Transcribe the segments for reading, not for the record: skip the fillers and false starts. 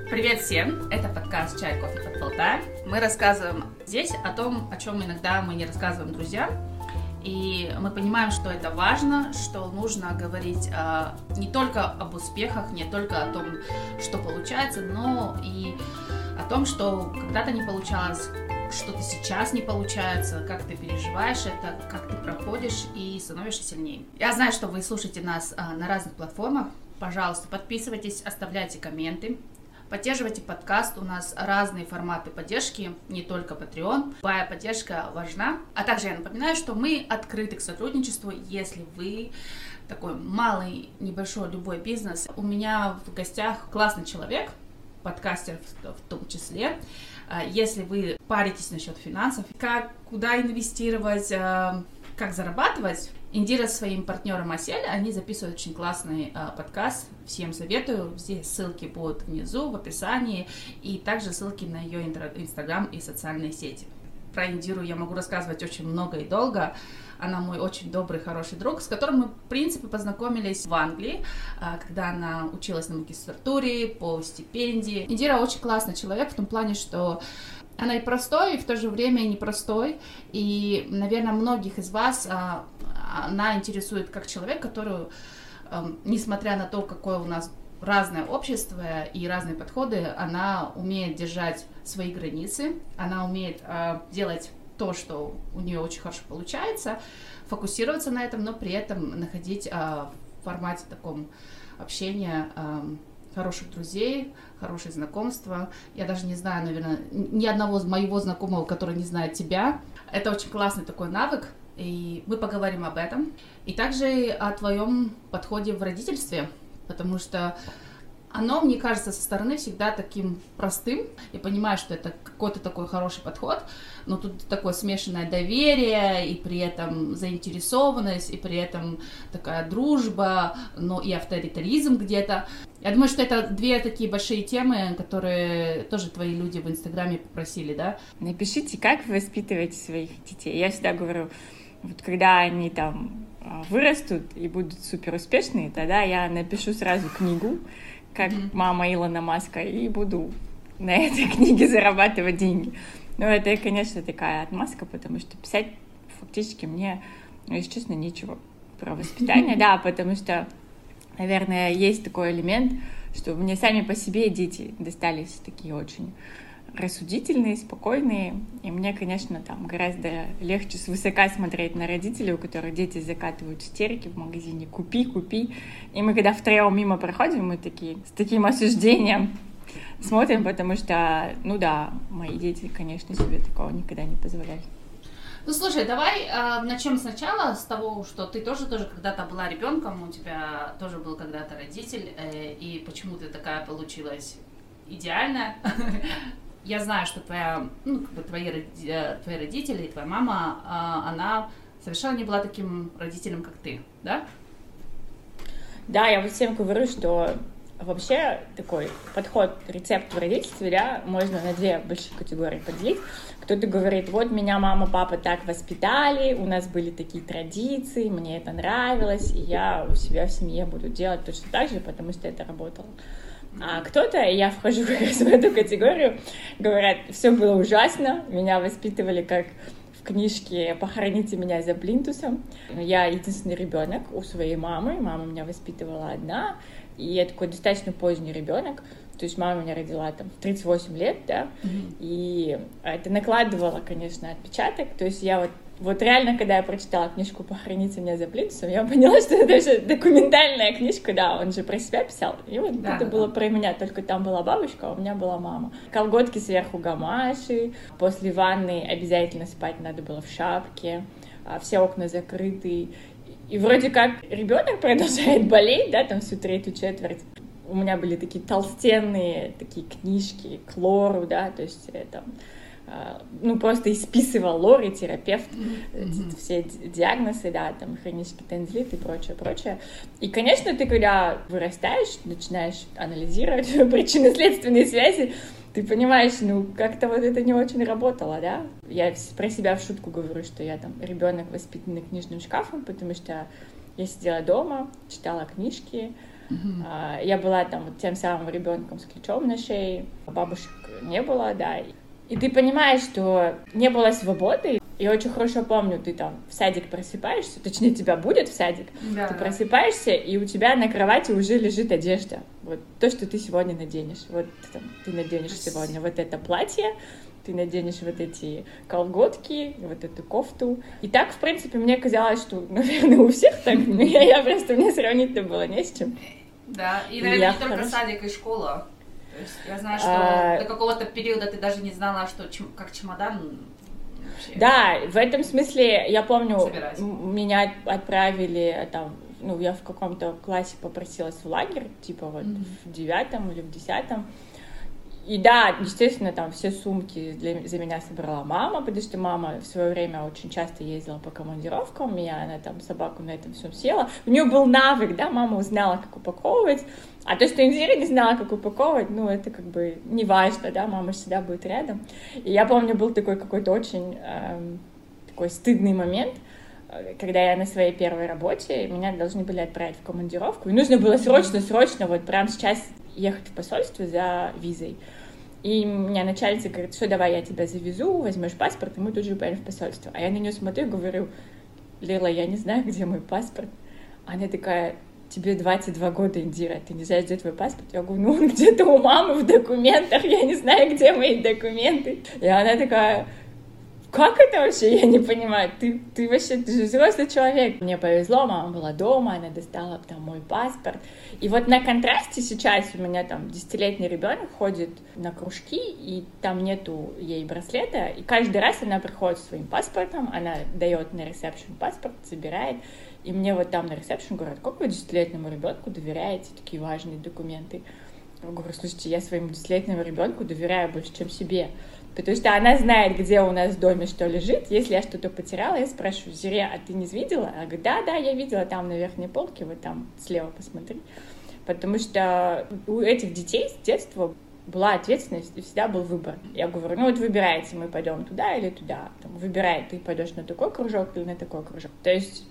Привет всем! Это подкаст «Чай, кофе, подболтаем». Мы рассказываем здесь о том, о чем иногда мы не рассказываем друзьям. И мы понимаем, что это важно, что нужно говорить не только об успехах, не только о том, что получается, но и о том, что когда-то не получалось, что-то сейчас не получается, как ты переживаешь это, как ты проходишь и становишься сильнее. Я знаю, что вы слушаете нас на разных платформах. Пожалуйста, подписывайтесь, оставляйте комменты. Поддерживайте подкаст, у нас разные форматы поддержки, не только Patreon. Любая поддержка важна. А также я напоминаю, что мы открыты к сотрудничеству, если вы такой малый, небольшой, любой бизнес. У меня в гостях классный человек, подкастер в том числе. Если вы паритесь насчет финансов, куда инвестировать, как зарабатывать, Индира с своим партнером Асель, они записывают очень классный подкаст. Всем советую. Все ссылки будут внизу, в описании. И также ссылки на ее инстаграм и социальные сети. Про Индиру я могу рассказывать очень много и долго. Она мой очень добрый, хороший друг, с которым мы, в принципе, познакомились в Англии, когда она училась на магистратуре по стипендии. Индира очень классный человек в том плане, что она и простой, и в то же время и непростой. И, наверное, многих из вас она интересует как человек, который, несмотря на то, какое у нас разное общество и разные подходы, она умеет держать свои границы, она умеет делать то, что у нее очень хорошо получается, фокусироваться на этом, но при этом находить в формате таком общения хороших друзей, хорошие знакомства. Я даже не знаю, наверное, ни одного моего знакомого, который не знает тебя. Это очень классный такой навык, и мы поговорим об этом. И также о твоем подходе в родительстве, потому что оно, мне кажется, со стороны всегда таким простым. Я понимаю, что это какой-то такой хороший подход, но тут такое смешанное доверие, и при этом заинтересованность, и при этом такая дружба, но и авторитаризм где-то. Я думаю, что это две такие большие темы, которые тоже твои люди в Инстаграме попросили, да? Напишите, как вы воспитываете своих детей. Я всегда говорю, вот когда они там вырастут и будут супер успешные, тогда я напишу сразу книгу, как мама Илона Маска, и буду на этой книге зарабатывать деньги. Но это, конечно, такая отмазка, потому что писать фактически мне, если честно, нечего про воспитание, да, потому что, наверное, есть такой элемент, что мне сами по себе дети достались такие очень рассудительные, спокойные, и мне, конечно, там гораздо легче свысока смотреть на родителей, у которых дети закатывают истерики в магазине «купи, купи», и мы, когда втроем мимо проходим, мы такие с таким осуждением смотрим, потому что, ну да, мои дети, конечно, себе такого никогда не позволяли. Ну, слушай, давай начнем сначала с того, что ты тоже когда-то была ребенком, у тебя тоже был когда-то родитель, и почему ты такая получилась идеальная. Я знаю, что твои родители и твоя мама, она совершенно не была таким родителем, как ты, да? Да, я вот всем говорю, что вообще такой подход, рецепт в родительстве, да, можно на две большие категории поделить. Кто-то говорит, вот меня мама, папа так воспитали, у нас были такие традиции, мне это нравилось, и я у себя в семье буду делать точно так же, потому что это работало. А кто-то, и я вхожу как раз в эту категорию, говорят, все было ужасно, меня воспитывали как в книжке «Похороните меня за плинтусом». Я единственный ребенок у своей мамы, мама меня воспитывала одна, и я такой достаточно поздний ребенок, то есть мама меня родила там в 38 лет, да, и это накладывало, конечно, отпечаток, то есть я вот реально, когда я прочитала книжку «Похороните меня за плинтусом», я поняла, что это же документальная книжка, да, он же про себя писал, и вот да, это было про меня, только там была бабушка, а у меня была мама. Колготки сверху гамаши, после ванны обязательно спать надо было в шапке, все окна закрыты, и вроде как ребенок продолжает болеть, да, там всю третью четверть. У меня были такие толстенные такие книжки к лору, да, то есть там просто исписывал лор и терапевт все диагнозы, да, там хронический тензилит и прочее. И, конечно, ты, когда вырастаешь, начинаешь анализировать причинно-следственные связи, ты понимаешь, как-то вот это не очень работало, да. Я про себя в шутку говорю, что я там ребенок, воспитанный книжным шкафом, потому что я сидела дома, читала книжки, Я была там вот тем самым ребенком с ключом на шее, бабушек не было, да. И ты понимаешь, что не было свободы. Я очень хорошо помню, ты там в садик просыпаешься, точнее, тебя будет в садик, ты просыпаешься, и у тебя на кровати уже лежит одежда. Вот то, что ты сегодня наденешь. Вот там, ты наденешь сегодня вот это платье, ты наденешь вот эти колготки, вот эту кофту. И так, в принципе, мне казалось, что, наверное, у всех так, но я просто, мне сравнить-то было не с чем. Да, и, наверное, не только садик и школа. То есть я знаю, что до какого-то периода ты даже не знала, что как чемодан вообще. Да, в этом смысле, я помню, меня отправили там, ну, я в каком-то классе попросилась в лагерь, типа вот в 9 или в 10. И да, естественно, там все сумки за меня собрала мама, потому что мама в свое время очень часто ездила по командировкам, и она там собаку на этом всем съела. У нее был навык, да, мама узнала, как упаковывать, а то, что инжира не знала, как упаковывать, ну, это как бы не важно, да, мама всегда будет рядом. И я помню, был такой какой-то очень такой стыдный момент, когда я на своей первой работе, меня должны были отправить в командировку, и нужно было срочно, вот прямо сейчас ехать в посольство за визой. И меня начальница говорит, что давай я тебя завезу, возьмешь паспорт, и мы тут же поедем в посольство. А я на нее смотрю и говорю, Лила, я не знаю, где мой паспорт. Она такая, тебе 22 года, Индира, ты не знаешь, где твой паспорт? Я говорю, ну он где-то у мамы в документах, я не знаю, где мои документы. И она такая, как это вообще? Я не понимаю. Ты вообще, ты же взрослый человек. Мне повезло, мама была дома, она достала там мой паспорт. И вот на контрасте сейчас у меня там 10-летний ребенок ходит на кружки, и там нету ей браслета, и каждый раз она приходит со своим паспортом, она дает на ресепшн паспорт, забирает, и мне вот там на ресепшн говорят, как вы 10-летнему ребенку доверяете такие важные документы? Я говорю, слушайте, я своему 10-летнему ребенку доверяю больше, чем себе. Потому что она знает, где у нас в доме что лежит. Если я что-то потеряла, я спрашиваю, Зире, а ты не видела? Она говорит, да, я видела там на верхней полке, вот там слева посмотри. Потому что у этих детей с детства была ответственность и всегда был выбор. Я говорю, ну вот выбирайте, мы пойдем туда или туда. Там, выбирай, ты пойдешь на такой кружок или на такой кружок. То есть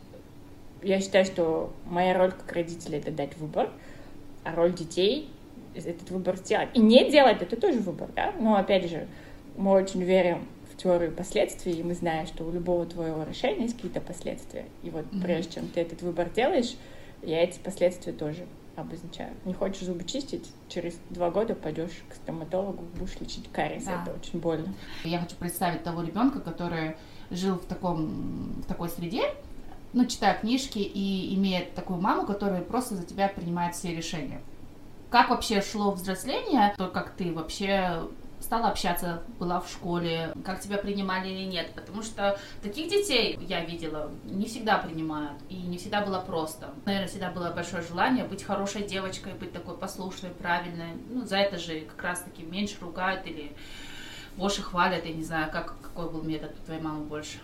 я считаю, что моя роль как родителя — это дать выбор, а роль детей — этот выбор сделать. И не делать — это тоже выбор, да? Но опять же, мы очень верим в теорию последствий, и мы знаем, что у любого твоего решения есть какие-то последствия. И вот прежде чем ты этот выбор делаешь, я эти последствия тоже обозначаю. Не хочешь зубы чистить, через 2 года пойдешь к стоматологу, будешь лечить кариес. Да. Это очень больно. Я хочу представить того ребенка, который жил в такой среде, ну, читая книжки и имеет такую маму, которая просто за тебя принимает все решения. Как вообще шло взросление, то, как ты вообще стала общаться, была в школе, как тебя принимали или нет, потому что таких детей я видела не всегда принимают, и не всегда было просто. Наверное, всегда было большое желание быть хорошей девочкой, быть такой послушной, правильной. Ну, за это же как раз-таки меньше ругают или больше хвалят, я не знаю, какой был метод у твоей мамы больше.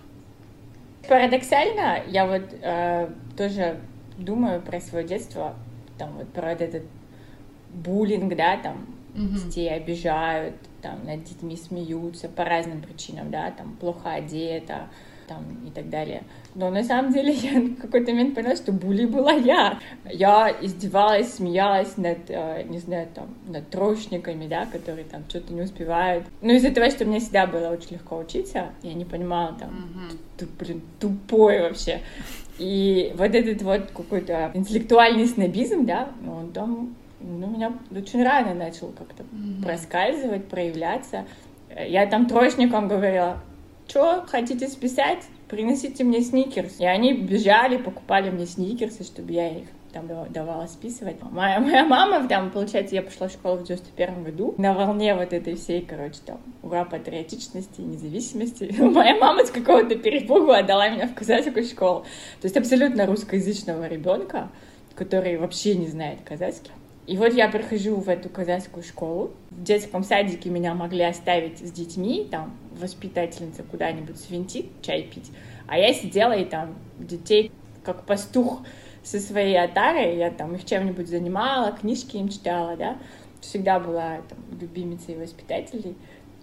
Парадоксально, я вот тоже думаю про свое детство, там вот про этот буллинг, да, там детей обижают, там над детьми смеются по разным причинам, да, там плохо одета, там и так далее. Но на самом деле я в какой-то момент поняла, что булли была я. Я издевалась, смеялась над, не знаю, там, над троечниками, да, которые там что-то не успевают. Но из-за того, что мне всегда было очень легко учиться, я не понимала, там, ты, блин, тупой вообще. И вот этот вот какой-то интеллектуальный снобизм, да, он там, ну, меня очень рано начал как-то проскальзывать, проявляться. Я там троечникам говорила, что, хотите списать? Приносите мне сникерс. И они бежали, покупали мне сникерсы, чтобы я их там давала списывать. Моя мама, там, получается, я пошла в школу в 91 году, на волне вот этой всей, короче, там, ура, патриотичности, независимости. Моя мама с какого-то перепугу отдала меня в казахскую школу. То есть абсолютно русскоязычного ребенка, который вообще не знает казахский. И вот я прихожу в эту казахскую школу. В детском садике меня могли оставить с детьми, там, воспитательница куда-нибудь свинтит, чай пить. А я сидела и там детей, как пастух со своей отарой, я там их чем-нибудь занимала, книжки им читала, да. Всегда была там любимицей воспитателей.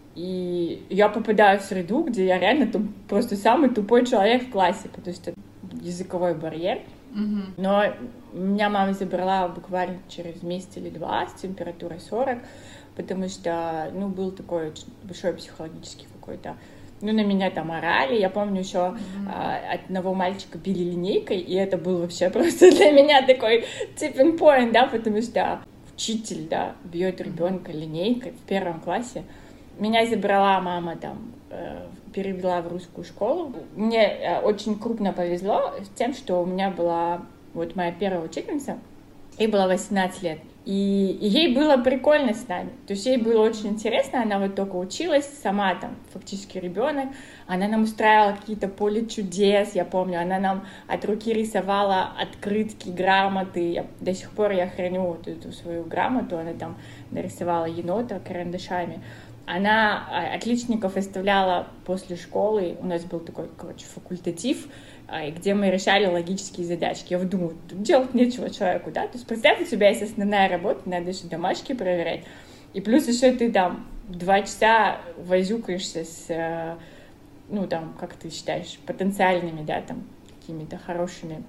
И я попадаю в среду, где я реально просто самый тупой человек в классе, потому что языковой барьер. Но меня мама забрала буквально через месяц или два с температурой 40, потому что, ну, был такой очень большой психологический какой-то... Ну, на меня там орали. Я помню еще одного мальчика били линейкой, и это был вообще просто для меня такой tipping point, да, потому что учитель, да, бьет ребенка линейкой в 1 классе. Меня забрала мама там, перевела в русскую школу. Мне очень крупно повезло тем, что у меня была вот моя первая учительница, ей было 18 лет. И ей было прикольно с нами. То есть ей было очень интересно, она вот только училась, сама там фактически ребенок. Она нам устраивала какие-то поле чудес, я помню. Она нам от руки рисовала открытки, грамоты. До сих пор я храню вот эту свою грамоту. Она там нарисовала енота карандашами. Она отличников выставляла после школы. У нас был такой, короче, факультатив, где мы решали логические задачки. Я вот думаю, делать нечего человеку, да? То есть представь, у тебя есть основная работа, надо еще домашки проверять. И плюс еще ты там 2 часа возюкаешься с, ну там, как ты считаешь, потенциальными, да, там, какими-то хорошими,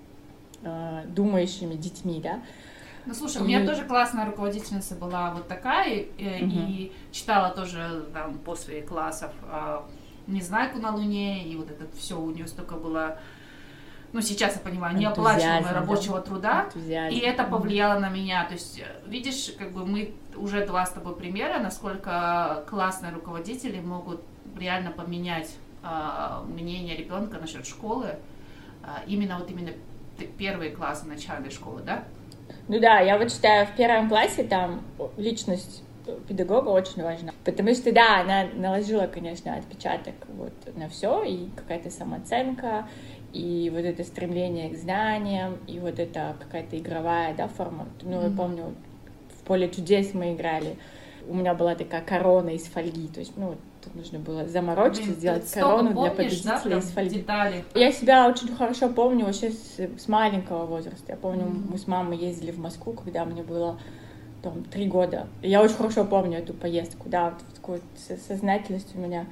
думающими детьми, да? Ну, слушай, у меня тоже классная руководительница была вот такая, и читала тоже там после классов «Незнайку на Луне», и вот это все у нее столько было, ну, сейчас я понимаю, неоплачиваемого рабочего труда, и это повлияло на меня. То есть, видишь, как бы мы уже 2 с тобой примера, насколько классные руководители могут реально поменять мнение ребенка насчет школы, именно первые классы начальной школы, да? Ну да, я вот считаю, в 1 классе там личность педагога очень важна, потому что, да, она наложила, конечно, отпечаток вот на все, и какая-то самооценка, и вот это стремление к знаниям, и вот это какая-то игровая, да, форма. Ну, я помню, в поле чудес мы играли, у меня была такая корона из фольги, то есть, ну, тут нужно было заморочиться, сделать корону для победителя, да, из фольги. Детали. Я себя очень хорошо помню вообще с маленького возраста. Я помню, мы с мамой ездили в Москву, когда мне было там 3 года. И я очень хорошо помню эту поездку, да, вот такой сознательность у меня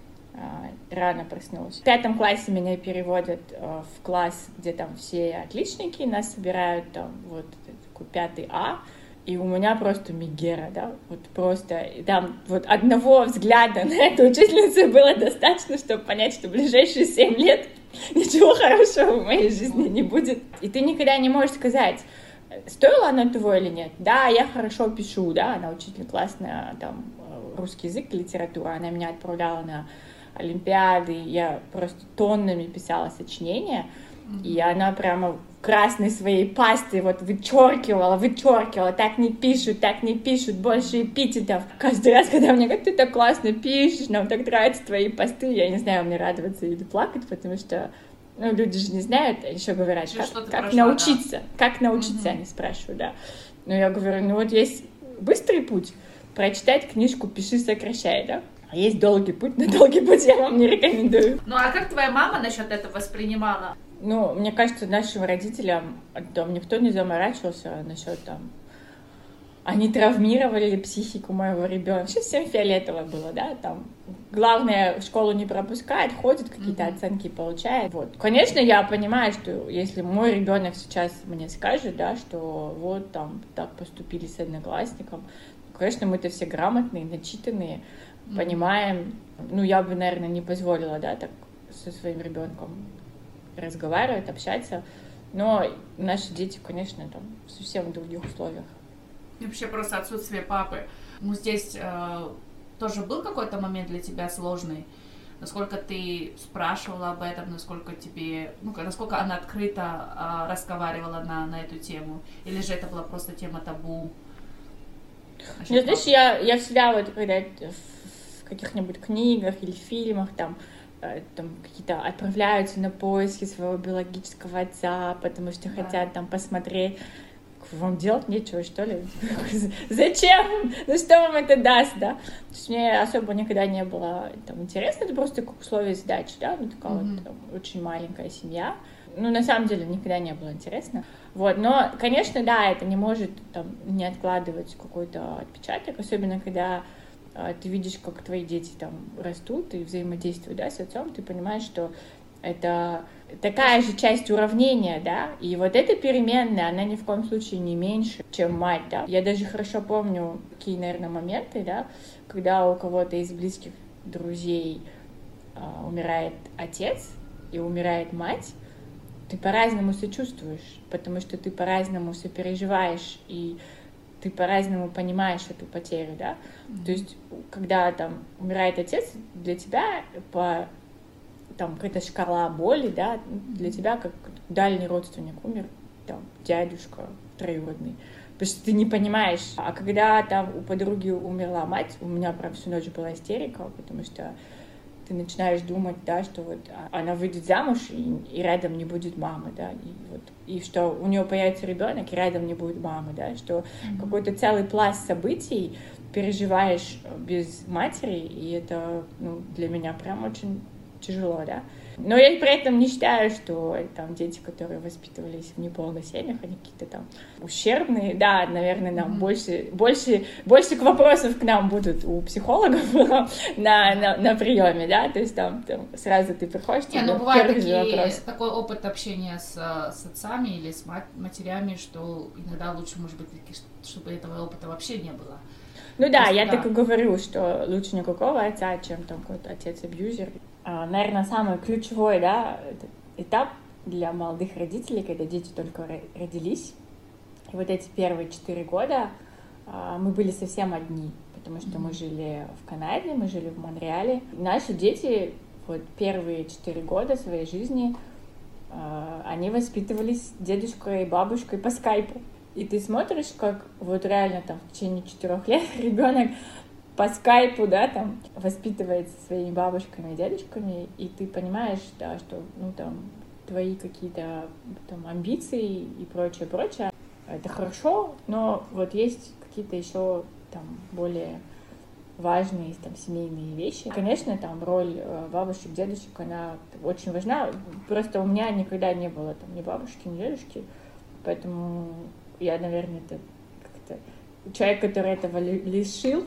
рано проснулась. В 5 классе меня переводят в класс, где там все отличники, нас собирают там вот такой 5 А, и у меня просто мегера, да, вот просто, там вот одного взгляда на эту учительницу было достаточно, чтобы понять, что в ближайшие 7 лет ничего хорошего в моей жизни не будет. И ты никогда не можешь сказать, стоило оно того или нет. Да, я хорошо пишу, да, она учитель классная, там, русский язык, литература, она меня отправляла на олимпиады, я просто тоннами писала сочинения, и она прямо красной своей пастой вот вычеркивала, так не пишут, больше эпитетов. Каждый раз, когда мне говорят, ты так классно пишешь, нам так нравятся твои посты, я не знаю, мне радоваться или плакать, потому что, ну, люди же не знают, еще говорят, как научиться, они спрашивают, да. Но я говорю, ну вот есть быстрый путь, прочитать книжку «Пиши, сокращай», да. А есть долгий путь, но долгий путь я вам не рекомендую. Ну, а как твоя мама насчет этого воспринимала? Ну, мне кажется, нашим родителям там никто не заморачивался насчет там... Они травмировали психику моего ребенка. Вообще всем фиолетово было, да, там. Главное, в школу не пропускает, ходит, какие-то оценки получает. Вот. Конечно, я понимаю, что если мой ребенок сейчас мне скажет, да, что вот там так поступили с одноклассником, конечно, мы-то все грамотные, начитанные, понимаем. Ну, я бы, наверное, не позволила, да, так со своим ребенком разговаривать, общаться. Но наши дети, конечно, там совсем в других условиях. И вообще просто отсутствие папы. Ну, здесь тоже был какой-то момент для тебя сложный? Насколько ты спрашивала об этом, насколько тебе, ну, насколько она открыто разговаривала на эту тему? Или же это была просто тема табу? Ну, знаешь, я всегда вот, когда в каких-нибудь книгах или фильмах там какие-то отправляются на поиски своего биологического отца, потому что хотят там посмотреть, вам делать нечего, что ли? Зачем? Ну что вам это даст, да? То есть мне особо никогда не было там интересно, это просто как условие задачи, да, ну такая вот там, очень маленькая семья. Ну, на самом деле, никогда не было интересно. Вот, но, конечно, да, это не может там не откладывать какой-то отпечаток, особенно когда ты видишь, как твои дети там растут и взаимодействуют, да, с отцом, ты понимаешь, что это такая же часть уравнения, да, и вот эта переменная, она ни в коем случае не меньше, чем мать, да. Я даже хорошо помню такие, наверное, моменты, да, когда у кого-то из близких друзей умирает отец и умирает мать, ты по-разному сочувствуешь, потому что ты по-разному сопереживаешь, и ты по-разному понимаешь эту потерю, да. То есть, когда там умирает отец, для тебя там какая-то шкала боли, да, для тебя как дальний родственник умер, там, дядюшка троюродный, потому что ты не понимаешь. А когда там у подруги умерла мать, у меня прям всю ночь была истерика, потому что ты начинаешь думать, да, что вот она выйдет замуж, и рядом не будет мамы, да, и что у нее появится ребенок, и рядом не будет мамы, да, что какой-то целый пласт событий переживаешь без матери, и это, ну, для меня прям очень тяжело, да. Но я при этом не считаю, что там дети, которые воспитывались в неполных семьях, они какие-то там ущербные. Да, наверное, нам больше к вопросов к нам будут у психологов на приеме, да, то есть там сразу ты приходишь, ну бывает такой опыт общения с отцами или с матерями, что иногда лучше, может быть, чтобы этого опыта вообще не было. Ну да, я так и говорю, что лучше никакого отца, чем там какой-то отец-абьюзер. Наверное, самый ключевой, да, этап для молодых родителей, когда дети только родились. И вот эти первые 4 года мы были совсем одни, потому что мы жили в Канаде, мы жили в Монреале. Наши дети вот первые 4 года своей жизни, они воспитывались дедушкой и бабушкой по скайпу. И ты смотришь, как вот реально там в течение 4 лет ребенок по скайпу, да, там воспитывается своими бабушками и дедушками, и ты понимаешь, да, что, ну, там, твои какие-то там амбиции и прочее, это хорошо, но вот есть какие-то еще там более важные там семейные вещи. Конечно, там роль бабушек, дедушек, она очень важна, просто у меня никогда не было там ни бабушки, ни дедушки, поэтому я, наверное, это как-то человек, который этого лишен,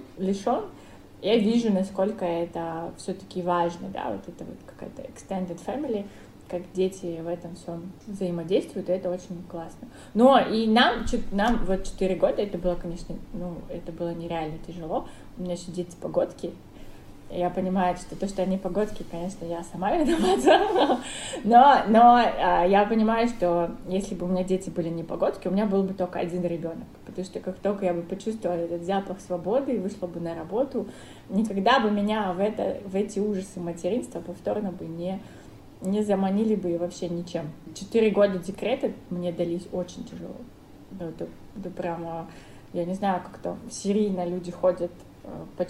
я вижу, насколько это все-таки важно, да, вот это вот какая-то extended family, как дети в этом всем взаимодействуют, и это очень классно. Но и нам вот 4 года, это было, конечно, ну, это было нереально тяжело. У меня еще дети-погодки. Я понимаю, что то, что они погодки, конечно, я сама виновата, но я понимаю, что если бы у меня дети были не погодки, у меня был бы только один ребенок, потому что как только я бы почувствовала этот запах свободы и вышла бы на работу, никогда бы меня в эти ужасы материнства повторно бы не заманили бы вообще ничем. 4 года декрета мне дались очень тяжело. Это прямо, я не знаю, как там серийно люди ходят по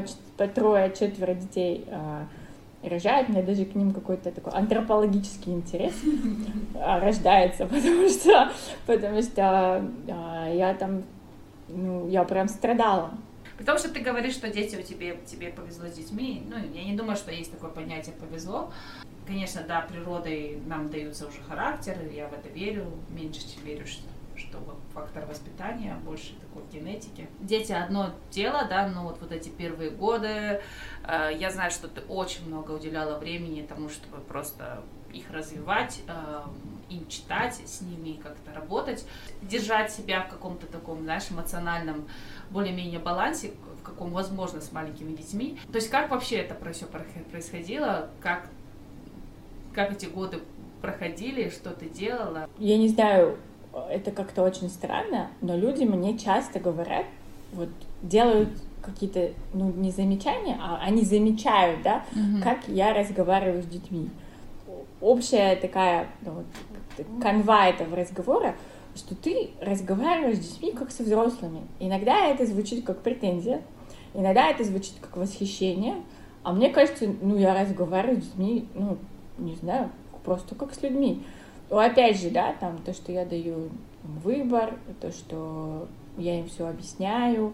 3-4 детей рожают, у меня даже к ним какой-то такой антропологический интерес рождается, потому что я там, ну, я прям страдала. Потому что ты говоришь, что дети тебе повезло с детьми, ну, я не думаю, что есть такое понятие «повезло». Конечно, да, природой нам даются уже характеры, я в это верю, меньше, чем верю, что фактор воспитания, больше такой генетики. Дети одно дело, да, но вот эти первые годы, я знаю, что ты очень много уделяла времени тому, чтобы просто их развивать, им читать, с ними как-то работать, держать себя в каком-то таком, знаешь, эмоциональном более-менее балансе, в каком возможно с маленькими детьми. То есть как вообще это все происходило, как эти годы проходили, что ты делала? Я не знаю, это как-то очень странно, но люди мне часто говорят, вот делают какие-то, ну, не замечания, а они замечают, да, как я разговариваю с детьми. Общая такая, ну, вот, канва этого разговора, что ты разговариваешь с детьми как со взрослыми. Иногда это звучит как претензия, иногда это звучит как восхищение, а мне кажется, ну, я разговариваю с детьми, ну, не знаю, просто как с людьми. Но опять же, да, там то, что я даю выбор, то, что я им все объясняю,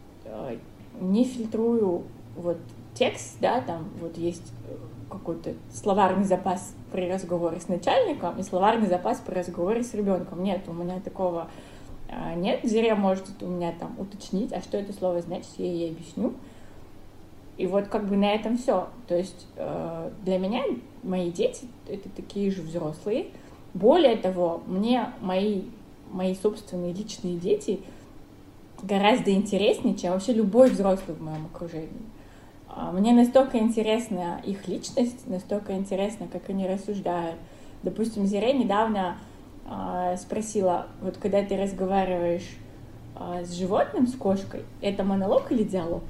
не фильтрую вот текст, да, там вот есть какой-то словарный запас при разговоре с начальником и словарный запас при разговоре с ребенком. Нет, у меня такого нет. Зря может у меня там уточнить, а что это слово значит, я ей объясню. И вот как бы на этом все. То есть для меня мои дети — это такие же взрослые. Более того, мне мои собственные личные дети гораздо интереснее, чем вообще любой взрослый в моем окружении. Мне настолько интересна их личность, настолько интересно, как они рассуждают. Допустим, Зире недавно спросила, вот когда ты разговариваешь с животным, с кошкой, это монолог или диалог?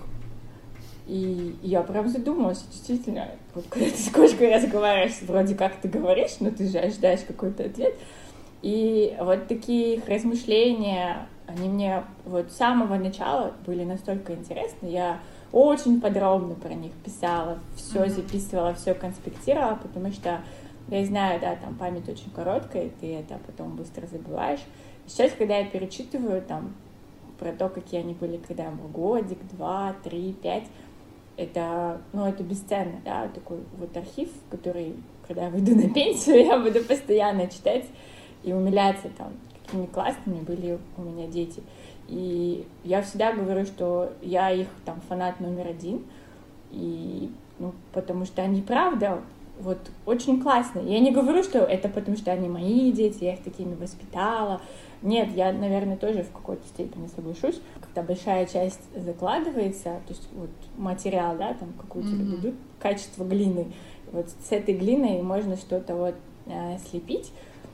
И я прям задумалась, действительно, вот когда ты с кошкой разговариваешь, вроде как ты говоришь, но ты же ожидаешь какой-то ответ. И вот такие их размышления, они мне вот с самого начала были настолько интересны. Я очень подробно про них писала, все записывала, все конспектировала, потому что я знаю, да, там память очень короткая, и ты это потом быстро забываешь. И сейчас, когда я перечитываю там про то, какие они были, когда им был годик, 2, 3, 5, это бесценно, да, такой вот архив, который, когда я выйду на пенсию, я буду постоянно читать и умиляться там, какими классными были у меня дети. И я всегда говорю, что я их там фанат номер 1, и, потому что они, правда, вот очень классные. Я не говорю, что это потому, что они мои дети, я их такими воспитала. Нет, я, наверное, тоже в какой-то степени соглашусь. Когда большая часть закладывается, то есть вот материал, да, там какую-то дадут, качество глины, вот с этой глиной можно что-то вот слепить.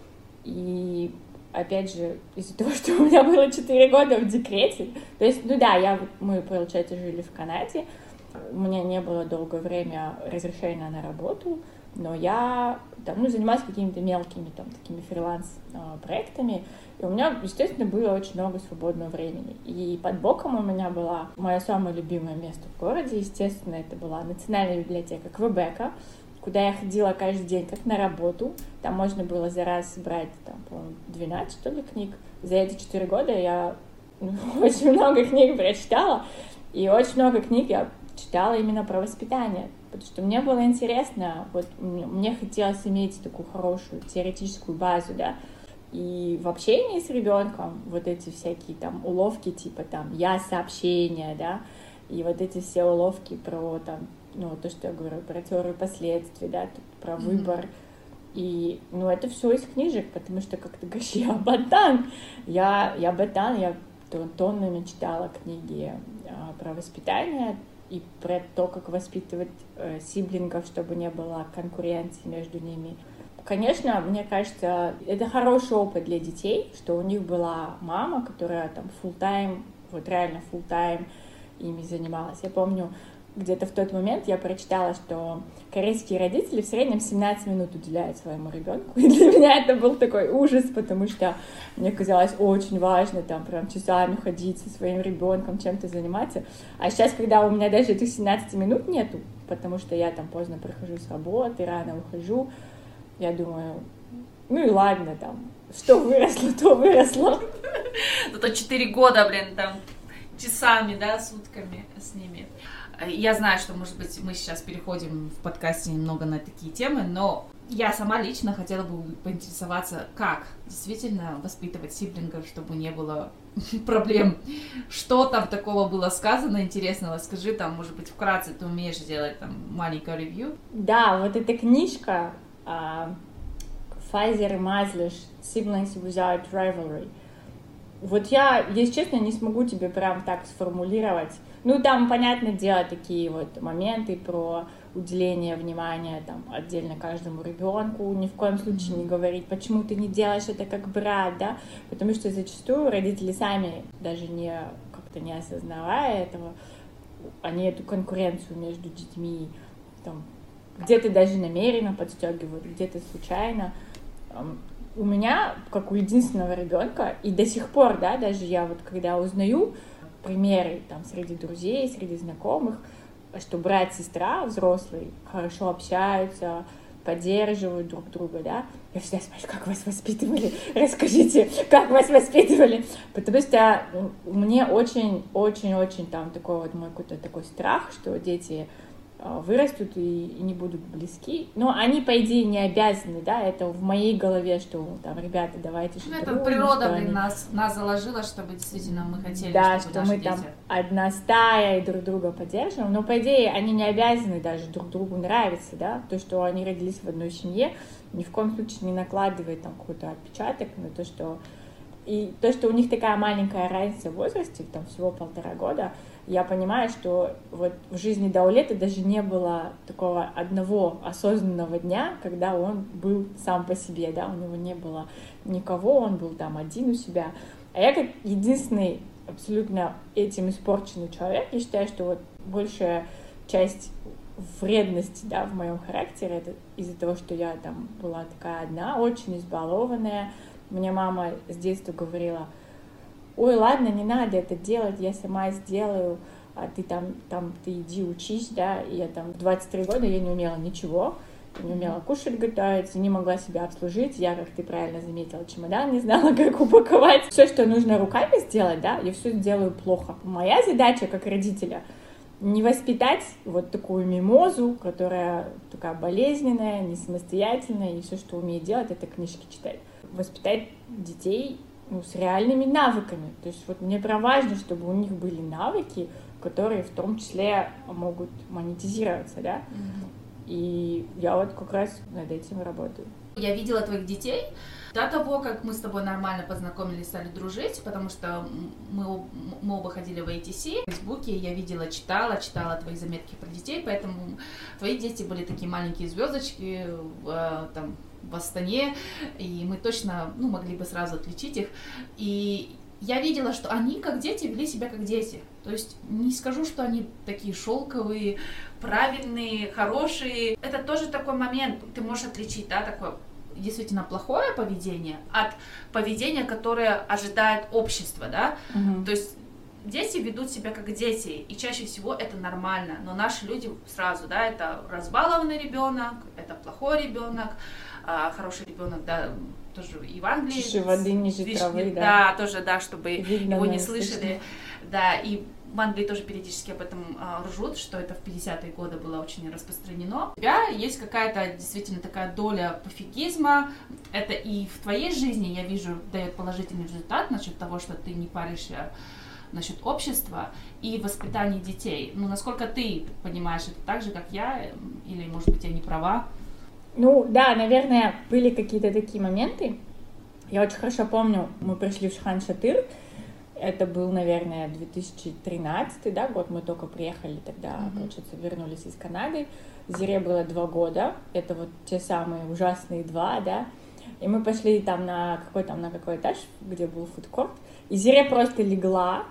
И опять же, из-за того, что у меня было 4 года в декрете, то есть, мы, получается, жили в Канаде, у меня не было долгое время разрешения на работу, но я там, занималась какими-то мелкими там такими фриланс-проектами, и у меня, естественно, было очень много свободного времени. И под боком у меня было мое самое любимое место в городе, естественно, это была Национальная библиотека Квебека, куда я ходила каждый день как на работу. Там можно было за раз брать, там, по-моему, 12, что ли, книг. За эти 4 года я очень много книг прочитала, и очень много книг я читала именно про воспитание, потому что мне было интересно, вот мне хотелось иметь такую хорошую теоретическую базу, да, и в общении с ребенком вот эти всякие там уловки типа там я-сообщения, да, и вот эти все уловки про там, то, что я говорю, про теорию последствий, да, про выбор, и, это все из книжек, потому что, как ты говоришь, я ботан, я ботан, я тоннами читала книги про воспитание, и про то, как воспитывать сиблингов, чтобы не было конкуренции между ними. Конечно, мне кажется, это хороший опыт для детей, что у них была мама, которая там full-time, вот реально full-time ими занималась. Я помню, где-то в тот момент я прочитала, что корейские родители в среднем 17 минут уделяют своему ребенку. И для меня это был такой ужас, потому что мне казалось очень важно там прям часами ходить со своим ребенком, чем-то заниматься. А сейчас, когда у меня даже этих 17 минут нету, потому что я там поздно прихожу с работы, рано ухожу, я думаю, и ладно, там, что выросло, то выросло. Зато 4 года, там, часами, да, сутками с ними. Я знаю, что, может быть, мы сейчас переходим в подкасте немного на такие темы, но я сама лично хотела бы поинтересоваться, как действительно воспитывать сиблингов, чтобы не было проблем. Что там такого было сказано интересного? Скажи, там, может быть, вкратце ты умеешь сделать там маленькое ревью? Да, вот эта книжка Файзер и Мазлиш «Siblings Without Rivalry». Вот я, если честно, не смогу тебе прям так сформулировать. Там, понятное дело, такие вот моменты про уделение внимания там отдельно каждому ребенку. Ни в коем случае не говорить, почему ты не делаешь это как брат, да, потому что зачастую родители сами, даже как-то не осознавая этого, они эту конкуренцию между детьми там где-то даже намеренно подстегивают, где-то случайно. У меня, как у единственного ребенка, и до сих пор, да, даже я вот когда узнаю примеры там среди друзей, среди знакомых, что брат и сестра взрослые хорошо общаются, поддерживают друг друга, да, я всегда спрашиваю, как вас воспитывали, расскажите, как вас воспитывали, потому что мне очень-очень-очень там такой вот мой какой-то такой страх, что дети вырастут и не будут близки. Но они, по идее, не обязаны, да, это в моей голове, что там, ребята, давайте что это природа нас заложила, чтобы действительно мы хотели, да, чтобы что наши мы дети... там одна стая и друг друга поддерживаем, но, по идее, они не обязаны даже друг другу нравиться, да, то, что они родились в одной семье, ни в коем случае не накладывает там какой-то отпечаток на то, что... И то, что у них такая маленькая разница в возрасте, там всего 1,5 года, я понимаю, что вот в жизни Даулета даже не было такого одного осознанного дня, когда он был сам по себе, да, у него не было никого, он был там один у себя. А я как единственный абсолютно этим испорченный человек, я считаю, что вот большая часть вредности, да, в моем характере, это из-за того, что я там была такая одна, очень избалованная. Мне мама с детства говорила: ой, ладно, не надо это делать, я сама сделаю, а ты там ты иди учись, да, и я там в 23 года я не умела ничего, не умела кушать, готовить, не могла себя обслужить, я, как ты правильно заметила, чемодан не знала, как упаковать, все, что нужно руками сделать, да, я все делаю плохо. Моя задача как родителя не воспитать вот такую мимозу, которая такая болезненная, не самостоятельная, и все, что умеет делать, это книжки читать. Воспитать детей с реальными навыками. То есть вот мне прям важно, чтобы у них были навыки, которые в том числе могут монетизироваться, да. И я вот как раз над этим работаю. Я видела твоих детей до того, как мы с тобой нормально познакомились, стали дружить, потому что мы оба ходили в ATC. В Фейсбуке я видела, читала твои заметки про детей, поэтому твои дети были такие маленькие звездочки там в Астане, и мы точно могли бы сразу отличить их. И я видела, что они, как дети, вели себя как дети. То есть не скажу, что они такие шелковые, правильные, хорошие. Это тоже такой момент, ты можешь отличить, да, такое действительно плохое поведение от поведения, которое ожидает общество, да. То есть дети ведут себя как дети, и чаще всего это нормально. Но наши люди сразу, да, это разбалованный ребенок, это плохой ребенок, хороший ребенок, да, тоже и в Англии. Тише воды, ниже травы, да. Да, тоже, да, чтобы видно, его не слышали. Да, и в Англии тоже периодически об этом ржут, что это в 50-е годы было очень распространено. У тебя есть какая-то действительно такая доля пофигизма. Это и в твоей жизни, я вижу, дает положительный результат насчет того, что ты не паришься насчет общества и воспитания детей. Ну, насколько ты понимаешь это так же, как я, или, может быть, я не права? Ну, да, наверное, были какие-то такие моменты. Я очень хорошо помню, мы пришли в Шхан-Шатыр, это был, наверное, 2013, да, год, мы только приехали тогда, получается, вернулись из Канады. Зире было 2 года, это вот те самые ужасные 2, да, и мы пошли там на какой этаж, где был фудкорт, и Зире просто легла,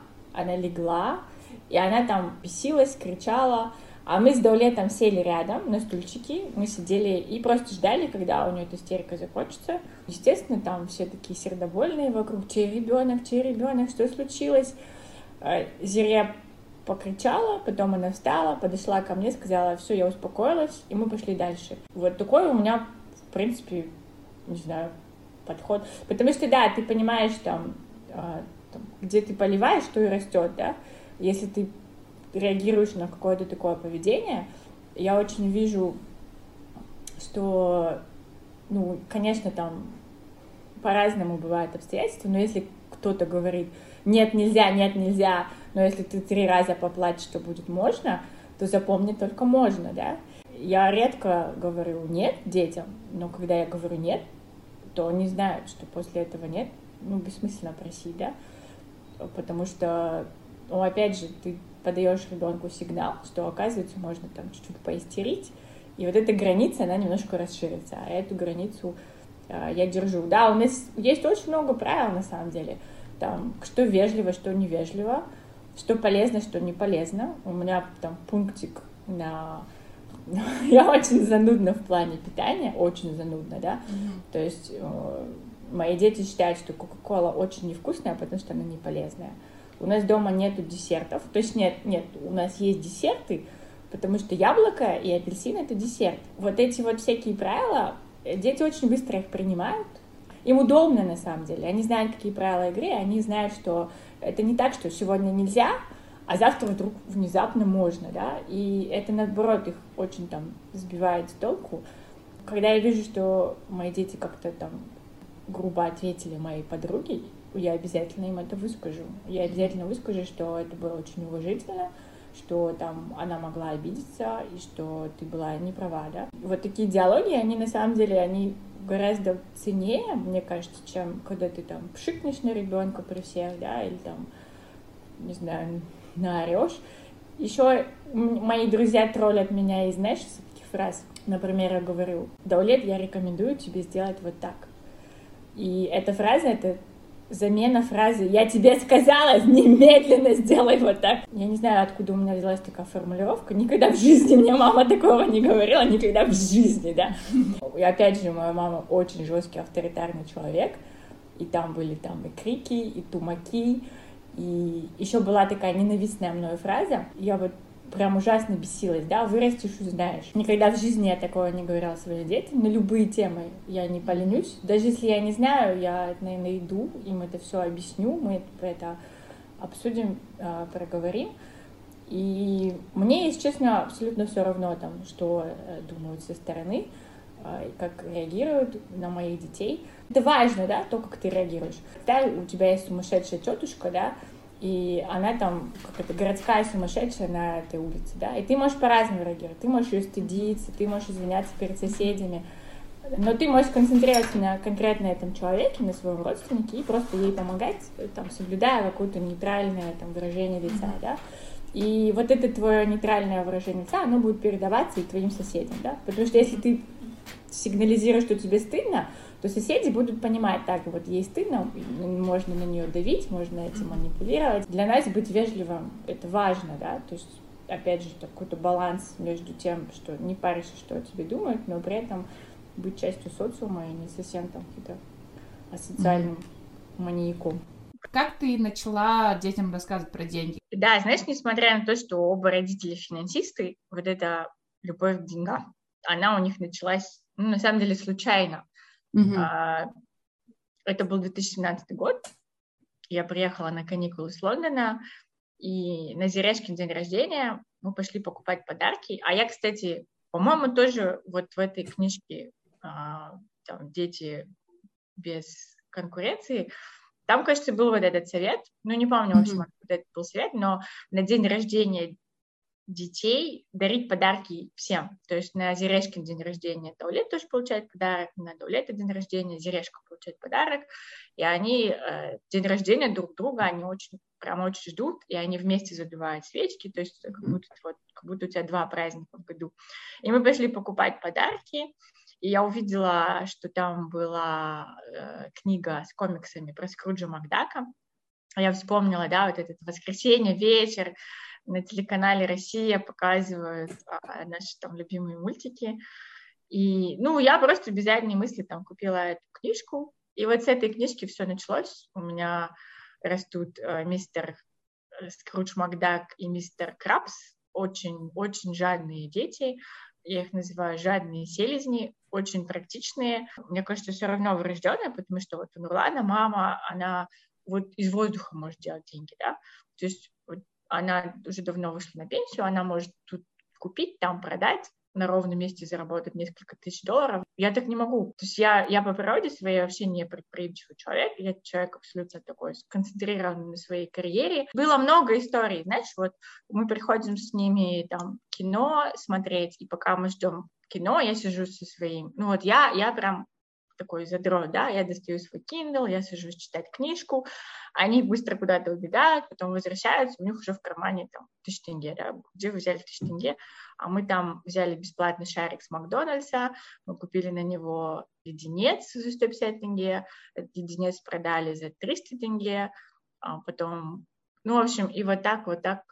и она там бесилась, кричала, а мы с Даулетом сели рядом на стульчики, мы сидели и просто ждали, когда у нее эта истерика закончится. Естественно, там все такие сердобольные вокруг, чей ребенок, что случилось? Зире покричала, потом она встала, подошла ко мне, сказала: все, я успокоилась, и мы пошли дальше. Вот такой у меня, в принципе, не знаю, подход. Потому что, да, ты понимаешь, там, где ты поливаешь, то и растет, да. Если ты реагируешь на какое-то такое поведение, я очень вижу, что, конечно, там по-разному бывают обстоятельства, но если кто-то говорит: нет, нельзя, но если ты 3 раза поплачешь, что будет можно, то запомни только можно, да. Я редко говорю нет детям, но когда я говорю нет, то они знают, что после этого нет, бессмысленно просить, да, потому что, опять же, ты подаешь ребенку сигнал, что, оказывается, можно там чуть-чуть поистерить, и вот эта граница, она немножко расширится, а эту границу я держу. Да, у нас есть очень много правил, на самом деле, там, что вежливо, что невежливо, что полезно, что не полезно. У меня там пунктик на... Я очень занудна в плане питания, очень занудна, да, то есть мои дети считают, что Кока-Кола очень невкусная, потому что она не полезная. У нас дома нету десертов, то есть нет, у нас есть десерты, потому что яблоко и апельсин — это десерт. Вот эти вот всякие правила, дети очень быстро их принимают. Им удобно, на самом деле. Они знают, какие правила игры, они знают, что это не так, что сегодня нельзя, а завтра вдруг внезапно можно, да, и это, наоборот, их очень там сбивает с толку. Когда я вижу, что мои дети как-то там грубо ответили моей подруге, я обязательно им это выскажу. Я обязательно выскажу, что это было очень уважительно, что там она могла обидеться, и что ты была не права, да. Вот такие диалоги, они на самом деле, они гораздо ценнее, мне кажется, чем когда ты там пшикнешь на ребенка при всех, да, или там, не знаю, наорешь. Еще мои друзья троллят меня из, знаешь, таких фраз. Например, я говорю: Даулет, я рекомендую тебе сделать вот так. И эта фраза, это замена фразы «я тебе сказала, немедленно сделай вот так». Я не знаю, откуда у меня взялась такая формулировка. Никогда в жизни мне мама такого не говорила, никогда в жизни, да. И опять же, моя мама очень жесткий, авторитарный человек. И там были там и крики, и тумаки. И еще была такая ненавистная мною фраза. Я вот прям ужасно бесилась, да, вырастешь, узнаешь. Никогда в жизни я такого не говорила своим детям, на любые темы я не поленюсь. Даже если я не знаю, я, наверное, иду, им это все объясню, мы это обсудим, проговорим. И мне, если честно, абсолютно все равно, там, что думают со стороны, как реагируют на моих детей. Это важно, да, то, как ты реагируешь. Да, у тебя есть сумасшедшая тетушка, да, и она там, какая-то городская сумасшедшая на этой улице, да, и ты можешь по-разному реагировать, ты можешь ее стыдиться, ты можешь извиняться перед соседями, но ты можешь концентрироваться на конкретно этом человеке, на своем родственнике и просто ей помогать, там, соблюдая какое-то нейтральное там выражение лица, да, и вот это твое нейтральное выражение лица, оно будет передаваться и твоим соседям, да, потому что если ты сигнализируешь, что тебе стыдно, то соседи будут понимать, так, вот ей стыдно, можно на нее давить, можно этим манипулировать. Для нас быть вежливым — это важно, да, то есть, опять же, какой-то баланс между тем, что не паришься, что о тебе думают, но при этом быть частью социума и не совсем там каким-то асоциальным маньяком. Как ты начала детям рассказывать про деньги? Да, знаешь, несмотря на то, что оба родителя финансисты, вот эта любовь к деньгам, она у них началась, ну, на самом деле, случайно. Это был 2017 год. Я приехала на каникулы с Лондона, и на Зерешкин день рождения мы пошли покупать подарки. А я, кстати, по-моему, тоже вот в этой книжке там, «Дети без конкуренции», там, кажется, был вот этот совет. Ну, не помню, в общем, откуда это был совет, но на день рождения детей дарить подарки всем. То есть на Зерешкин день рождения Даулет тоже получает подарок, на Даулета день рождения Зерешка получает подарок, и они день рождения друг друга, они прям очень ждут, и они вместе задувают свечки, то есть как будто у тебя два праздника в году. И мы пошли покупать подарки, и я увидела, что там была книга с комиксами про Скруджа Макдака. Я вспомнила, да, вот этот воскресенье, вечер, на телеканале «Россия» показывают наши там любимые мультики. И, ну, я просто без задней мысли там купила эту книжку. И вот с этой книжки все началось. У меня растут мистер Скрудж Макдак и мистер Крабс. Очень жадные дети. Я их называю жадные селезни, очень практичные. Мне кажется, все равно врожденное, потому что вот у Нурлана мама, она вот из воздуха может делать деньги, да. То есть вот она уже давно вышла на пенсию, она может тут купить, там продать, на ровном месте заработать несколько тысяч долларов. Я так не могу. То есть я по природе своей вообще не предприимчивый человек. Я человек абсолютно такой сконцентрированный на своей карьере. Было много историй, знаешь, вот мы приходим с ними там кино смотреть, и пока мы ждем кино, я сижу со своим. Ну вот я прям такой задрот, да, я достаю свой Kindle, я сажусь читать книжку, они быстро куда-то убегают, потом возвращаются, у них уже в кармане там 1000 тенге, да, где вы взяли 1000 тенге, а мы там взяли бесплатный шарик с Макдональдса, мы купили на него леденец за 150 тенге, этот леденец продали за 300 тенге, а потом, ну, в общем, и вот так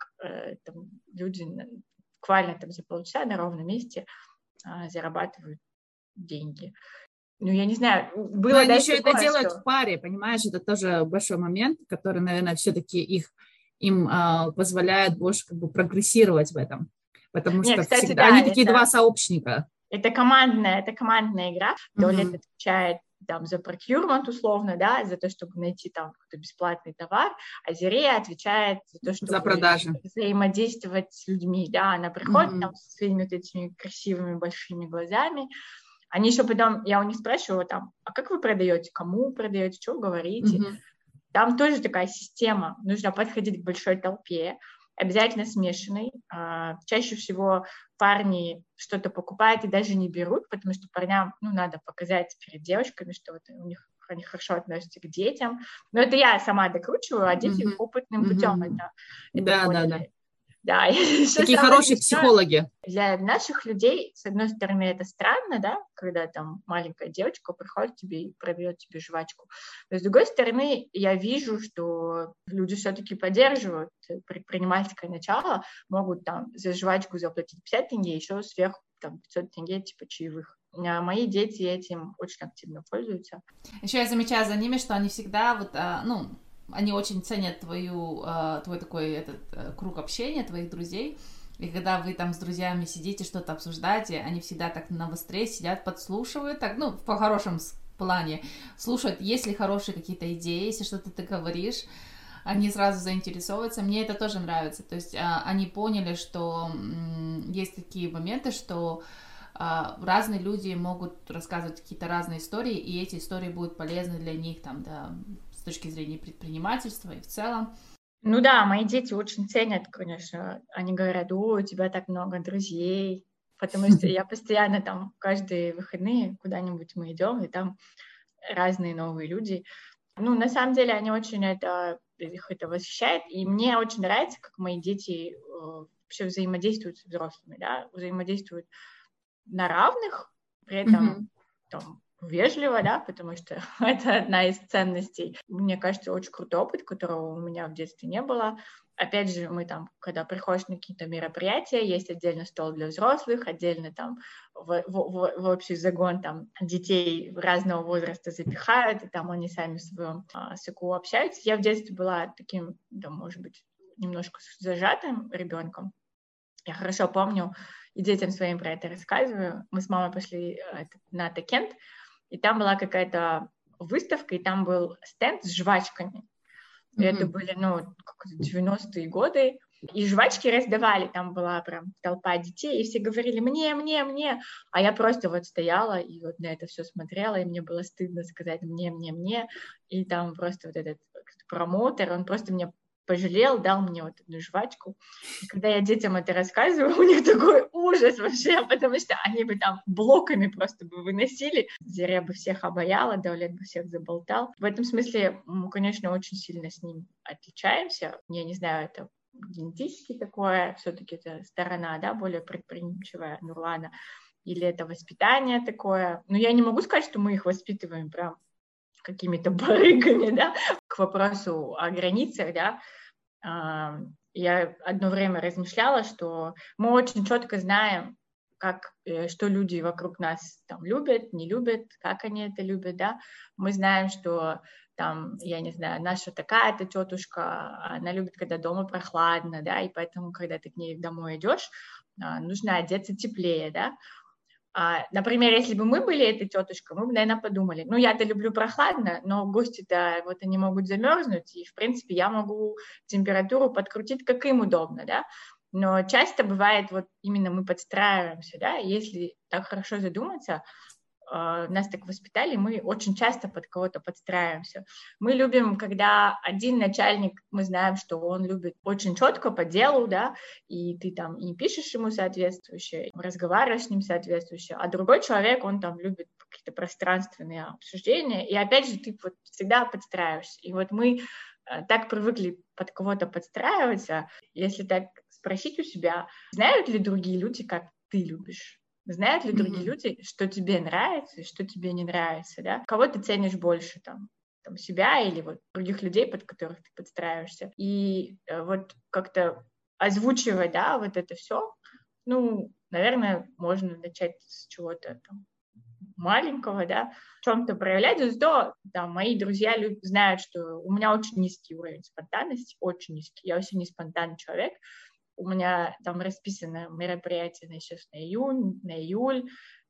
там люди буквально там за полчаса на ровном месте зарабатывают деньги. Ну, я не знаю, было... Но они еще это делают в паре, понимаешь, это тоже большой момент, который, наверное, все-таки им позволяет больше как бы прогрессировать в этом, потому что кстати, всегда они такие два сообщника. Это командная игра, Даулет отвечает там за procurement условно, да, за то, чтобы найти там какой-то бесплатный товар, а Зирея отвечает за то, чтобы За продажи. взаимодействовать с людьми, да, она приходит там со своими вот этими красивыми большими глазами. Они еще потом, я у них спрашивала там, а как вы продаете, кому продаете, что говорите? Там тоже такая система, нужно подходить к большой толпе, обязательно смешанной. Чаще всего парни что-то покупают и даже не берут, потому что парням, надо показать перед девочками, что вот они хорошо относятся к детям. Но это я сама докручиваю, а дети опытным путем это поняли. Да, такие хорошие психологи. Для наших людей, с одной стороны, это странно, да, когда там маленькая девочка приходит к тебе и продает тебе жвачку. Но с другой стороны, я вижу, что люди все-таки поддерживают предпринимательское начало, могут там за жвачку заплатить 50 тенге, еще сверху там 500 тенге типа чаевых. А мои дети этим очень активно пользуются. Еще я замечаю за ними, что они всегда они очень ценят твой такой круг общения, твоих друзей. И когда вы там с друзьями сидите, что-то обсуждаете, они всегда так навострее сидят, подслушивают, так, в по-хорошем плане, слушают, есть ли хорошие какие-то идеи, если что-то ты говоришь, они сразу заинтересовываются. Мне это тоже нравится. То есть они поняли, что есть такие моменты, что разные люди могут рассказывать какие-то разные истории, и эти истории будут полезны для них там, да, с точки зрения предпринимательства и в целом. Ну да, мои дети очень ценят, конечно. Они говорят, у тебя так много друзей, потому что я постоянно там каждые выходные куда-нибудь мы идем, и там разные новые люди. На самом деле они очень их это восхищает, и мне очень нравится, как мои дети вообще взаимодействуют с взрослыми, да, взаимодействуют на равных, при этом там вежливо, да, потому что это одна из ценностей. Мне кажется, очень крутой опыт, которого у меня в детстве не было. Опять же, мы там, когда приходишь на какие-то мероприятия, есть отдельно стол для взрослых, отдельно там в общий загон там детей разного возраста запихают, и там они сами в своем соку общаются. Я в детстве была таким, да, может быть, немножко зажатым ребенком. Я хорошо помню, и детям своим про это рассказываю. Мы с мамой пошли на Токент, и там была какая-то выставка, и там был стенд с жвачками. И это были, 90-е годы. И жвачки раздавали, там была прям толпа детей, и все говорили «мне». А я просто вот стояла и вот на это все смотрела, и мне было стыдно сказать «мне». И там просто вот этот промоутер, он просто мне пожалел, дал мне вот одну жвачку. И когда я детям это рассказываю, у них такой ужас вообще, потому что они бы там блоками просто бы выносили. Зря бы всех обаяла, Даулет бы всех заболтал. В этом смысле мы, конечно, очень сильно с ним отличаемся. Я не знаю, это генетически такое, все-таки это сторона, да, более предприимчивая Нурлана, или это воспитание такое. Но я не могу сказать, что мы их воспитываем прям какими-то барыгами, да, к вопросу о границах, да, я одно время размышляла, что мы очень четко знаем, что люди вокруг нас там любят, не любят, как они это любят, да, мы знаем, что там, я не знаю, наша такая-то тетушка, она любит, когда дома прохладно, да, и поэтому, когда ты к ней домой идешь, нужно одеться теплее, да. Например, если бы мы были этой тетушкой, мы бы, наверное, подумали, я-то люблю прохладно, но гости-то вот они могут замерзнуть, и, в принципе, я могу температуру подкрутить, как им удобно, да, но часто бывает, вот именно мы подстраиваемся, да, если так хорошо задуматься, нас так воспитали, мы очень часто под кого-то подстраиваемся. Мы любим, когда один начальник, мы знаем, что он любит очень четко по делу, да, и ты там и пишешь ему соответствующее, разговариваешь с ним соответствующее, а другой человек, он там любит какие-то пространственные обсуждения, и опять же ты вот всегда подстраиваешься. И вот мы так привыкли под кого-то подстраиваться, если так спросить у себя, знают ли другие люди, как ты любишь? Знают ли другие люди, что тебе нравится и что тебе не нравится, да? Кого ты ценишь больше, там себя или вот других людей, под которых ты подстраиваешься? И вот как-то озвучивать, да, вот это все, наверное, можно начать с чего-то там маленького, да, в чем-то проявлять. Зато там мои друзья знают, что у меня очень низкий уровень спонтанности, очень низкий. Я вообще не спонтанный человек. У меня там расписано мероприятие сейчас на июнь, на июль,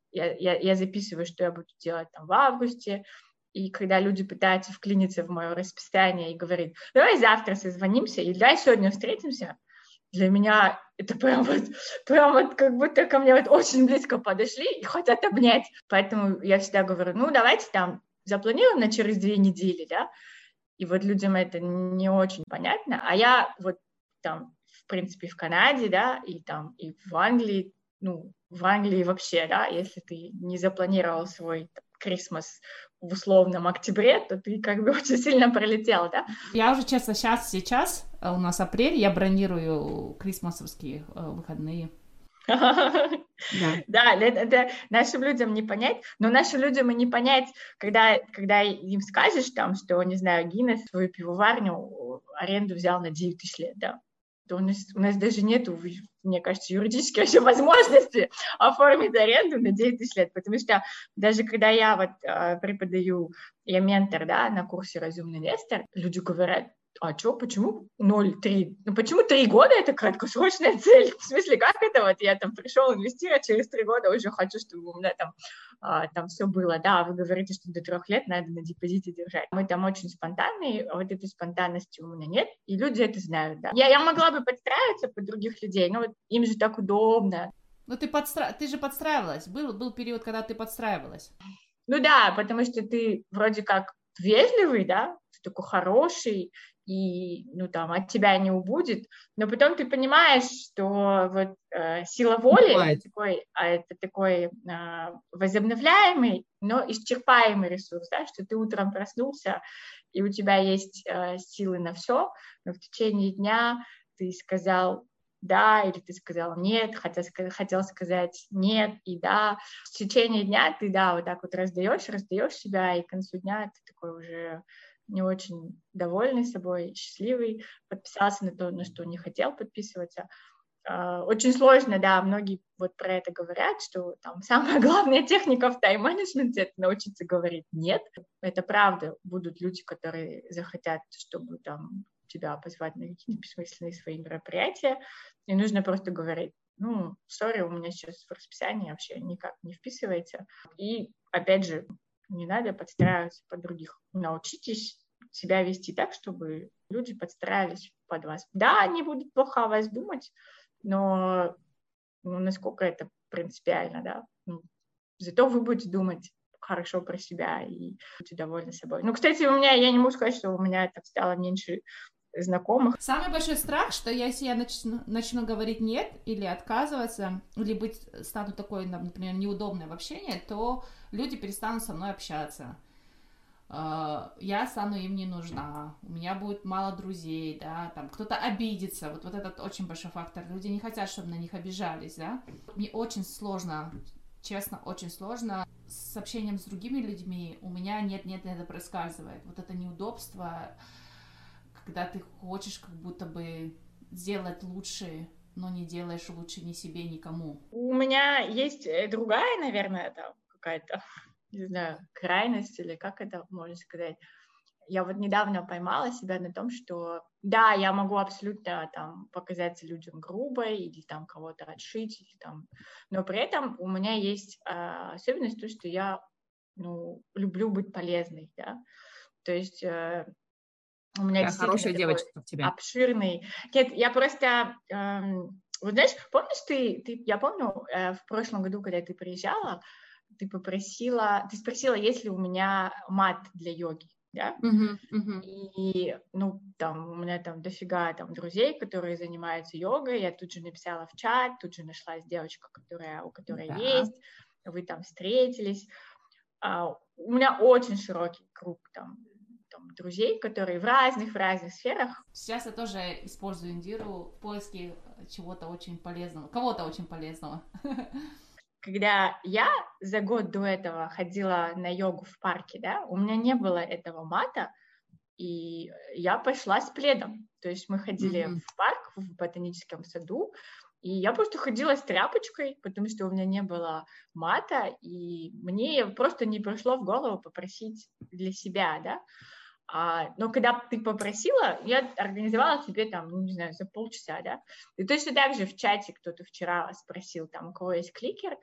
я записываю, что я буду делать там в августе, и когда люди пытаются вклиниться в мое расписание и говорят, давай завтра созвонимся, или давай сегодня встретимся, для меня это прям вот как будто ко мне вот очень близко подошли и хотят обнять. Поэтому я всегда говорю, ну, давайте там запланируем на через 2 недели, да, и вот людям это не очень понятно, а я вот там, в принципе, в Канаде, да, и там, и в Англии, ну, в Англии вообще, да, если ты не запланировал свой Крисмас в условном октябре, то ты как бы очень сильно пролетел, да? Я уже, честно, сейчас, у нас апрель, я бронирую крисмасовские выходные. Да, это нашим людям не понять, но нашим людям и не понять, когда им скажешь там, что, не знаю, Гиннес свою пивоварню аренду взял на 9 тысяч лет, да, то у нас даже нету, мне кажется, юридически вообще возможности оформить аренду на 9 тысяч лет, потому что даже когда я вот преподаю, я ментор, да, на курсе «Разумный инвестор», люди говорят, а что, почему 0,3? Ну, почему 3 года это краткосрочная цель? В смысле, как это вот я там пришел инвестировать, через 3 года уже хочу, чтобы у меня там все было. Да, вы говорите, что до 3 лет надо на депозите держать. Мы там очень спонтанные, а вот этой спонтанности у меня нет, и люди это знают, да. Я могла бы подстраиваться под других людей, но вот им же так удобно. Ну, ты же подстраивалась. Был период, когда ты подстраивалась. Ну да, потому что ты вроде как вежливый, да, ты такой хороший, и, ну, там, от тебя не убудет, но потом ты понимаешь, что вот сила воли это такой возобновляемый, но исчерпаемый ресурс, да, что ты утром проснулся, и у тебя есть силы на все, но в течение дня ты сказал да, или ты сказал нет, хотел сказать нет и да. В течение дня ты, да, вот так вот раздаешь себя, и к концу дня ты такой уже не очень довольный собой, счастливый, подписался на то, на что не хотел подписываться. Очень сложно, да, многие вот про это говорят, что там самая главная техника в тайм-менеджменте — это научиться говорить «нет». Это правда, будут люди, которые захотят, чтобы там тебя позвать на какие-то бессмысленные свои мероприятия, и нужно просто говорить, ну, сори, у меня сейчас в расписании вообще никак не вписывается. И, опять же, не надо подстраиваться под других. Научитесь себя вести так, чтобы люди подстраивались под вас. Да, они будут плохо о вас думать, но насколько это принципиально, да. Зато вы будете думать хорошо про себя и будете довольны собой. Ну, кстати, я не могу сказать, что у меня так стало меньше знакомых. Самый большой страх, что если я начну говорить «нет» или отказываться, или стану такой, например, неудобной в общении, то люди перестанут со мной общаться. Я стану им не нужна, у меня будет мало друзей, да, там кто-то обидится, вот этот очень большой фактор. Люди не хотят, чтобы на них обижались, да. Мне очень сложно, честно, очень сложно. С общением с другими людьми у меня нет, это проскальзывает. Вот это неудобство, когда ты хочешь как будто бы сделать лучше, но не делаешь лучше ни себе, никому. У меня есть другая, наверное, там какая-то, не знаю, крайность, или как это можно сказать. Я вот недавно поймала себя на том, что да, я могу абсолютно там показаться людям грубой или там кого-то отшить, или, там, но при этом у меня есть особенность то, что я люблю быть полезной, да, то есть у меня действительно хорошая девочка в тебе. Обширный. Нет, я просто, вот знаешь, помнишь я помню, в прошлом году, когда ты приезжала, ты спросила, есть ли у меня мат для йоги, да? И, там, у меня там дофига там друзей, которые занимаются йогой, я тут же написала в чат, тут же нашлась девочка, у которой есть, вы там встретились. У меня очень широкий круг там друзей, которые в разных сферах. Сейчас я тоже использую Индиру в поиске чего-то очень полезного, кого-то очень полезного. Когда я за год до этого ходила на йогу в парке, да, у меня не было этого мата, и я пошла с пледом. То есть мы ходили в парк, в ботаническом саду, и я просто ходила с тряпочкой, потому что у меня не было мата, и мне просто не пришло в голову попросить для себя, да. Но когда ты попросила, я организовала себе там, не знаю, за полчаса, да. И точно так же в чате кто-то вчера спросил, там, у кого есть кликер,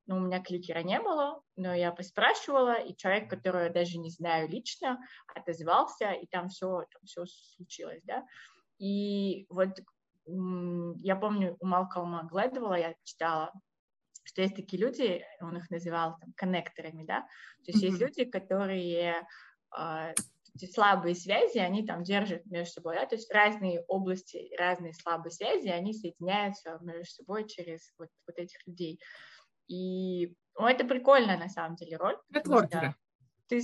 но у меня кликера не было, но я поспрашивала, и человек, которого я даже не знаю лично, отозвался, и там все случилось, да. И вот я помню, у Малкольма Глэдвелла я читала, что есть такие люди, он их называл там коннекторами, да, то есть есть люди, которые эти слабые связи, они там держат между собой, да, то есть разные области, разные слабые связи, они соединяются между собой через вот этих людей. И это прикольная на самом деле роль. Нетворкеры. Ты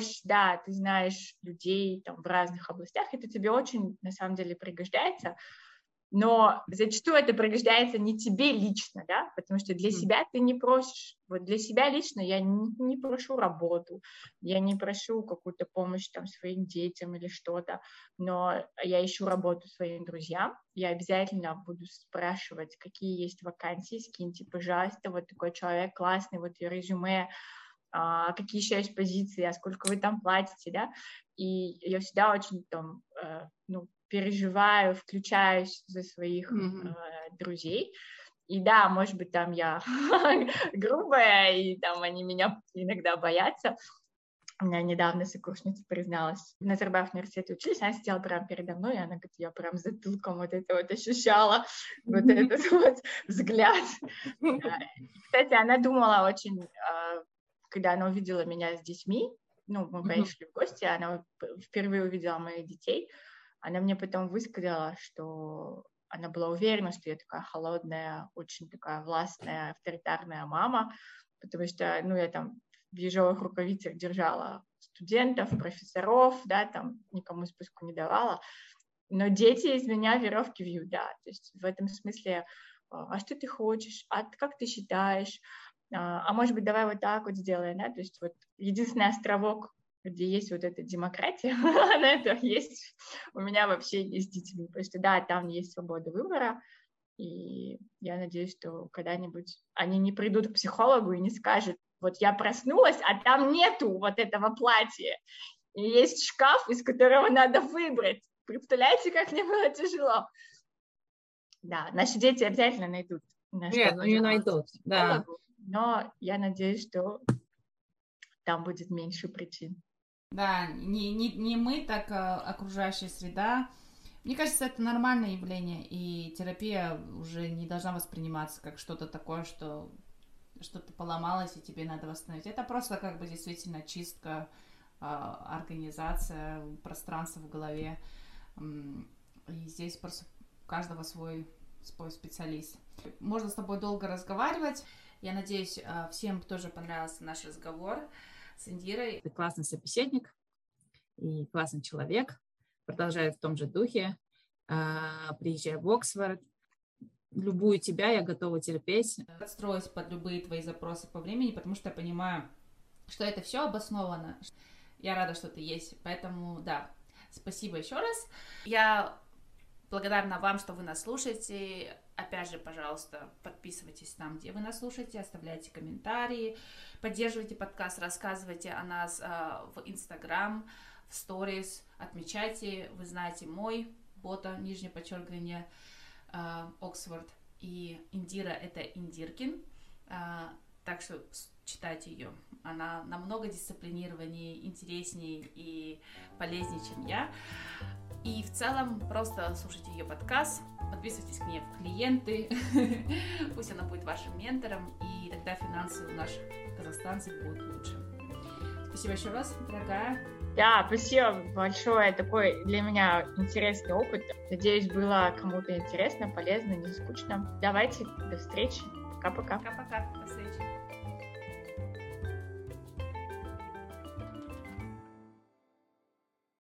знаешь людей там в разных областях, это тебе очень на самом деле пригождается. Но зачастую это пригождается не тебе лично, да, потому что для себя ты не просишь. Вот для себя лично я не прошу работу, я не прошу какую-то помощь там своим детям или что-то, но я ищу работу своим друзьям, я обязательно буду спрашивать, какие есть вакансии, скиньте, пожалуйста, вот такой человек классный, вот и резюме, какие еще есть позиции, а сколько вы там платите, да, и я всегда очень там, переживаю, включаюсь за своих друзей. И да, может быть, там я грубая, и там они меня иногда боятся. У меня недавно сокурсница призналась, в Назарбаев университете учились, она сидела прямо передо мной, и она говорит, я прям затылком вот это вот ощущала, вот этот вот взгляд. Кстати, она думала очень, когда она увидела меня с детьми, мы поехали в гости, она впервые увидела моих детей, она мне потом высказала, что она была уверена, что я такая холодная, очень такая властная, авторитарная мама, потому что, я там в ежовых рукавицах держала студентов, профессоров, да, там никому спуску не давала, но дети из меня веревки вьют, да, то есть в этом смысле, а что ты хочешь, а как ты считаешь, а может быть, давай вот так вот сделаем, да, то есть вот единственный островок, где есть вот эта демократия, она это есть у меня вообще есть с детьми, потому что, да, там есть свобода выбора, и я надеюсь, что когда-нибудь они не придут к психологу и не скажут, вот я проснулась, а там нету вот этого платья, и есть шкаф, из которого надо выбрать. Представляете, как мне было тяжело? Да, наши дети обязательно найдут. Нет, не найдут, да. Но я надеюсь, что там будет меньше причин. Да, не мы, так окружающая среда. Мне кажется, это нормальное явление, и терапия уже не должна восприниматься как что-то такое, что что-то поломалось, и тебе надо восстановить. Это просто как бы действительно чистка, организация, пространство в голове. И здесь просто у каждого свой специалист. Можно с тобой долго разговаривать. Я надеюсь, всем тоже понравился наш разговор с Индирой. Ты классный собеседник и классный человек. Продолжай в том же духе. Приезжай в Оксфорд. Любую тебя я готова терпеть. Подстроюсь под любые твои запросы по времени, потому что я понимаю, что это все обосновано. Я рада, что ты есть. Поэтому, да, спасибо еще раз. Я благодарна вам, что вы нас слушаете. Опять же, пожалуйста, подписывайтесь там, где вы нас слушаете, оставляйте комментарии, поддерживайте подкаст, рассказывайте о нас в Instagram, в Stories, отмечайте, вы знаете мой, бота, нижнее подчеркивание, Оксфорд, и Индира — это Индиркин, так что читайте ее. Она намного дисциплинированнее, интереснее и полезнее, чем я. И в целом просто слушайте ее подкаст, подписывайтесь к ней в клиенты, пусть она будет вашим ментором, и тогда финансы у наших казахстанцев будут лучше. Спасибо еще раз, дорогая. Да, спасибо большое. Такой для меня интересный опыт. Надеюсь, было кому-то интересно, полезно, не скучно. Давайте, до встречи. Пока-пока. Пока-пока, до встречи.